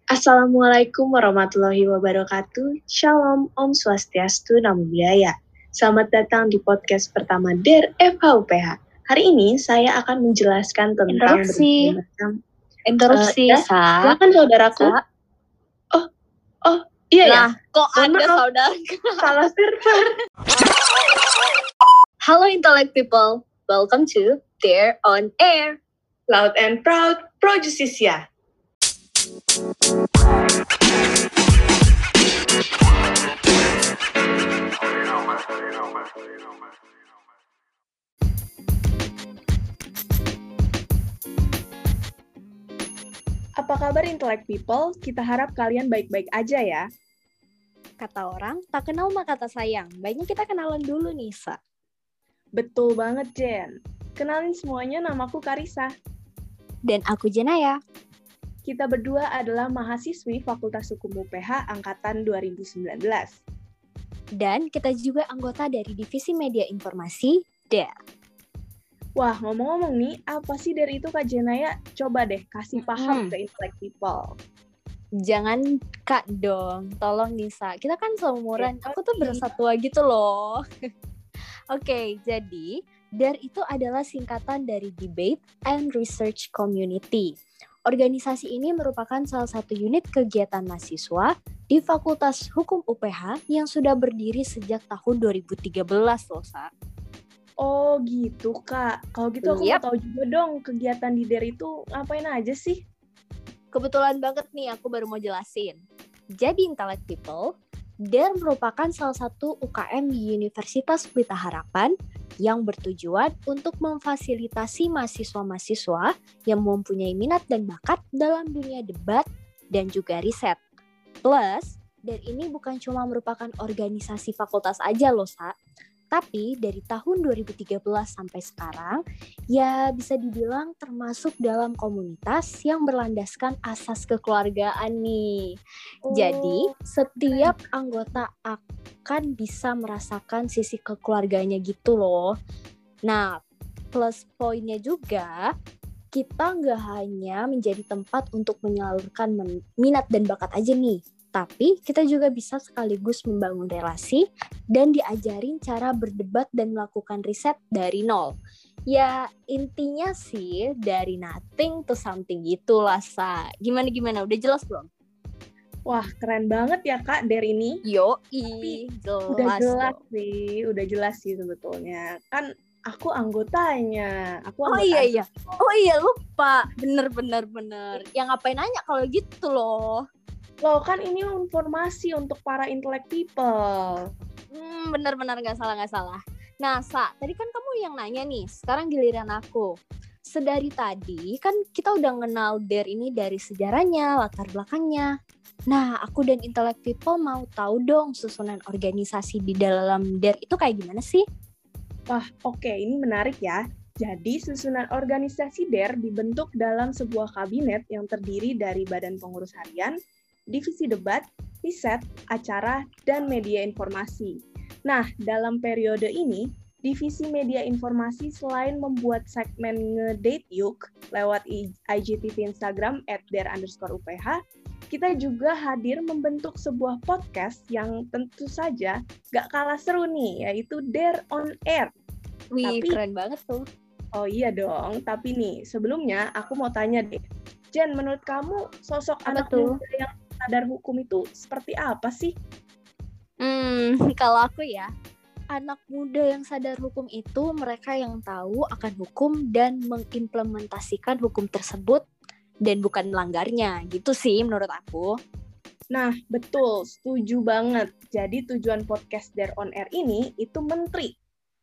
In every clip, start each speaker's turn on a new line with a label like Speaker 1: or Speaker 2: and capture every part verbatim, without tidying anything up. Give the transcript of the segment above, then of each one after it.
Speaker 1: Assalamualaikum warahmatullahi wabarakatuh. Shalom, Om Swastiastu, Namo Buddhaya. Selamat datang di podcast pertama D E R F H U P H. Hari ini saya akan menjelaskan tentang
Speaker 2: Interupsi.
Speaker 1: berbagai macam
Speaker 2: Interupsi,
Speaker 1: uh, ya,
Speaker 2: Sa.
Speaker 1: silakan saudaraku.
Speaker 2: Sa.
Speaker 1: Oh, oh, iya
Speaker 2: nah,
Speaker 1: ya.
Speaker 2: kok
Speaker 1: Mohon
Speaker 2: ada
Speaker 1: maaf.
Speaker 2: saudara?
Speaker 1: Salah server.
Speaker 2: Halo Intellect People, welcome to D E R on Air.
Speaker 1: Loud and proud, Pro Justisia. Apa kabar Intellect People? Kita harap kalian baik-baik aja ya.
Speaker 2: Kata orang, tak kenal maka tak sayang. Baiknya kita kenalan dulu nih, Sa.
Speaker 1: Betul banget, Jen. Kenalin semuanya, namaku Karisa.
Speaker 2: Dan aku Jenaya.
Speaker 1: Kita berdua adalah mahasiswi Fakultas Hukum U P H Angkatan dua ribu sembilan belas.
Speaker 2: Dan kita juga anggota dari Divisi Media Informasi, D E R.
Speaker 1: Wah, ngomong-ngomong nih, apa sih D E R itu Kak Jenaya? Coba deh kasih paham
Speaker 2: Hmm.
Speaker 1: ke Intellect People.
Speaker 2: Jangan Kak dong, tolong Nisa. Kita kan seumuran,
Speaker 1: Ya,
Speaker 2: aku tuh berasa tua gitu loh. Oke, okay, jadi D E R itu adalah singkatan dari Debate and Research Community. Organisasi ini merupakan salah satu unit kegiatan mahasiswa di Fakultas Hukum U P H yang sudah berdiri sejak tahun dua ribu tiga belas loh, Sa.
Speaker 1: Oh gitu, Kak. Kalau gitu aku
Speaker 2: Yep.
Speaker 1: mau tahu juga dong kegiatan di D E R itu ngapain aja sih?
Speaker 2: Kebetulan banget nih aku baru mau jelasin. Jadi Intellect People, D E R merupakan salah satu U K M di Universitas Pelita Harapan yang bertujuan untuk memfasilitasi mahasiswa-mahasiswa yang mempunyai minat dan bakat dalam dunia debat dan juga riset. Plus, D E R ini bukan cuma merupakan organisasi fakultas aja loh, Sa. Tapi dari tahun dua ribu tiga belas sampai sekarang, ya bisa dibilang termasuk dalam komunitas yang berlandaskan asas kekeluargaan nih.
Speaker 1: Oh.
Speaker 2: Jadi, setiap anggota akan bisa merasakan sisi kekeluarganya gitu loh. Nah, plus poinnya juga, kita nggak hanya menjadi tempat untuk menyalurkan minat dan bakat aja nih. Tapi kita juga bisa sekaligus membangun relasi dan diajarin cara berdebat dan melakukan riset dari nol. Ya intinya sih dari nothing to something gitulah, Sa. Gimana-gimana? Udah jelas belum?
Speaker 1: Wah, keren banget ya Kak D E R ini.
Speaker 2: Yo,
Speaker 1: Tapi
Speaker 2: jelas
Speaker 1: udah jelas
Speaker 2: dong.
Speaker 1: sih, udah jelas sih sebetulnya. Kan aku anggotanya. Aku
Speaker 2: Oh
Speaker 1: anggota
Speaker 2: iya iya. Oh iya lupa. Bener bener bener. Yang ngapain nanya kalau gitu loh.
Speaker 1: Loh, kan ini informasi untuk para intellect people.
Speaker 2: Hmm, benar-benar nggak salah nggak salah. Nah, Sa, tadi kan kamu yang nanya nih. Sekarang giliran aku. Sedari tadi kan kita udah kenal D E R ini dari sejarahnya, latar belakangnya. Nah, aku dan intellect people mau tahu dong susunan organisasi di dalam D E R itu kayak gimana sih?
Speaker 1: Wah, oke, okay, ini menarik ya. Jadi, susunan organisasi D E R dibentuk dalam sebuah kabinet yang terdiri dari Badan Pengurus Harian, Divisi Debat, Riset, Acara, dan Media Informasi. Nah, dalam periode ini, Divisi Media Informasi selain membuat segmen ngedate yuk lewat I G T V Instagram at D E R underscore U P H, kita juga hadir membentuk sebuah podcast yang tentu saja gak kalah seru nih, yaitu D E R on Air.
Speaker 2: Wih,
Speaker 1: tapi,
Speaker 2: keren banget tuh.
Speaker 1: Oh iya dong, tapi nih, sebelumnya aku mau tanya deh, Jen, menurut kamu sosok
Speaker 2: Apa
Speaker 1: anak
Speaker 2: tuh?
Speaker 1: muda yang sadar hukum itu seperti apa sih?
Speaker 2: Hmm, kalau aku ya, anak muda yang sadar hukum itu mereka yang tahu akan hukum dan mengimplementasikan hukum tersebut dan bukan melanggarnya, gitu sih menurut aku.
Speaker 1: Nah, betul, setuju banget. Jadi tujuan podcast D E R on Air ini itu menteri.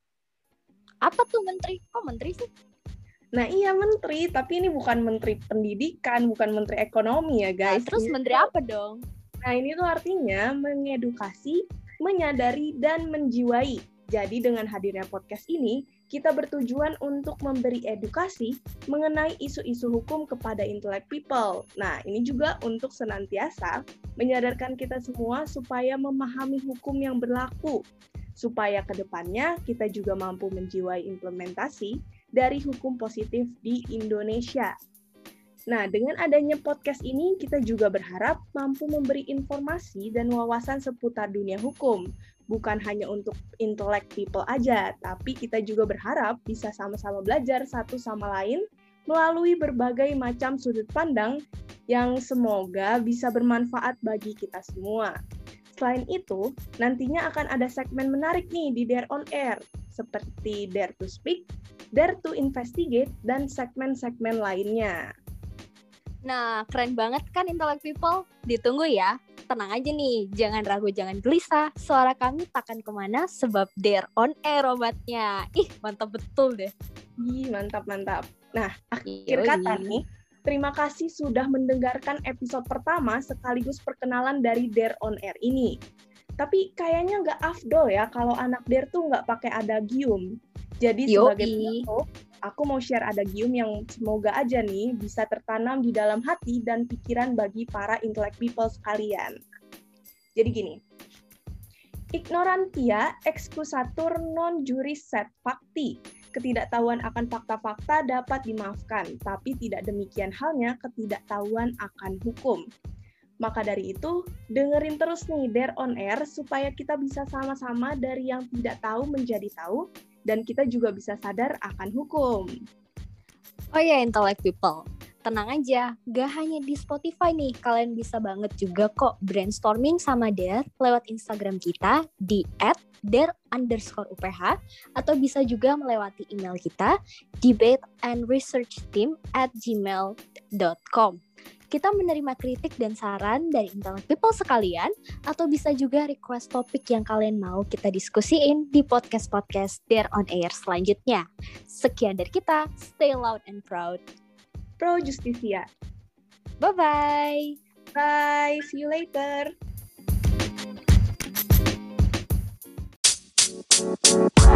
Speaker 2: Apa tuh menteri? Kok menteri sih?
Speaker 1: Nah iya menteri, tapi ini bukan menteri pendidikan, bukan menteri ekonomi ya guys.
Speaker 2: Nah, terus menteri apa dong?
Speaker 1: Nah ini tuh artinya mengedukasi, menyadari, dan menjiwai. Jadi dengan hadirnya podcast ini, kita bertujuan untuk memberi edukasi mengenai isu-isu hukum kepada intellect people. Nah ini juga untuk senantiasa menyadarkan kita semua supaya memahami hukum yang berlaku. Supaya ke depannya kita juga mampu menjiwai implementasi dari hukum positif di Indonesia. Nah, dengan adanya podcast ini, kita juga berharap mampu memberi informasi dan wawasan seputar dunia hukum. Bukan hanya untuk intellect people aja, tapi kita juga berharap bisa sama-sama belajar satu sama lain melalui berbagai macam sudut pandang yang semoga bisa bermanfaat bagi kita semua. Selain itu, nantinya akan ada segmen menarik nih di Dare on Air, seperti Dare to Speak, Dare to Investigate, dan segmen-segmen lainnya.
Speaker 2: Nah, keren banget kan Intellect People? Ditunggu ya. Tenang aja nih, jangan ragu, jangan gelisah. Suara kami takkan kemana sebab Dare on Air obatnya. Ih, mantap betul deh.
Speaker 1: Ih, mantap-mantap. Nah, akhir kata nih, terima kasih sudah mendengarkan episode pertama sekaligus perkenalan dari Dare on Air ini. Tapi kayaknya nggak afdol ya kalau anak Dare tuh nggak pakai adagium. Jadi
Speaker 2: Yoi.
Speaker 1: sebagai penutup, aku mau share adagium yang semoga aja nih bisa tertanam di dalam hati dan pikiran bagi para intellect people sekalian. Jadi gini, ignorantia excusatur non juris sed facti. Ketidaktahuan akan fakta-fakta dapat dimaafkan, tapi tidak demikian halnya ketidaktahuan akan hukum. Maka dari itu, dengerin terus nih Dare on Air supaya kita bisa sama-sama dari yang tidak tahu menjadi tahu, dan kita juga bisa sadar akan hukum.
Speaker 2: Oh ya, Intellect People. Tenang aja, gak hanya di Spotify nih, kalian bisa banget juga kok brainstorming sama Dare lewat Instagram kita di at dare underscore uph, atau bisa juga melewati email kita debate and research team at gmail dot com. Kita menerima kritik dan saran dari Intellect People sekalian, atau bisa juga request topik yang kalian mau kita diskusiin di podcast-podcast Dare on Air selanjutnya. Sekian dari kita, stay loud and proud.
Speaker 1: Pro Justisia.
Speaker 2: Bye-bye.
Speaker 1: Bye, see you later.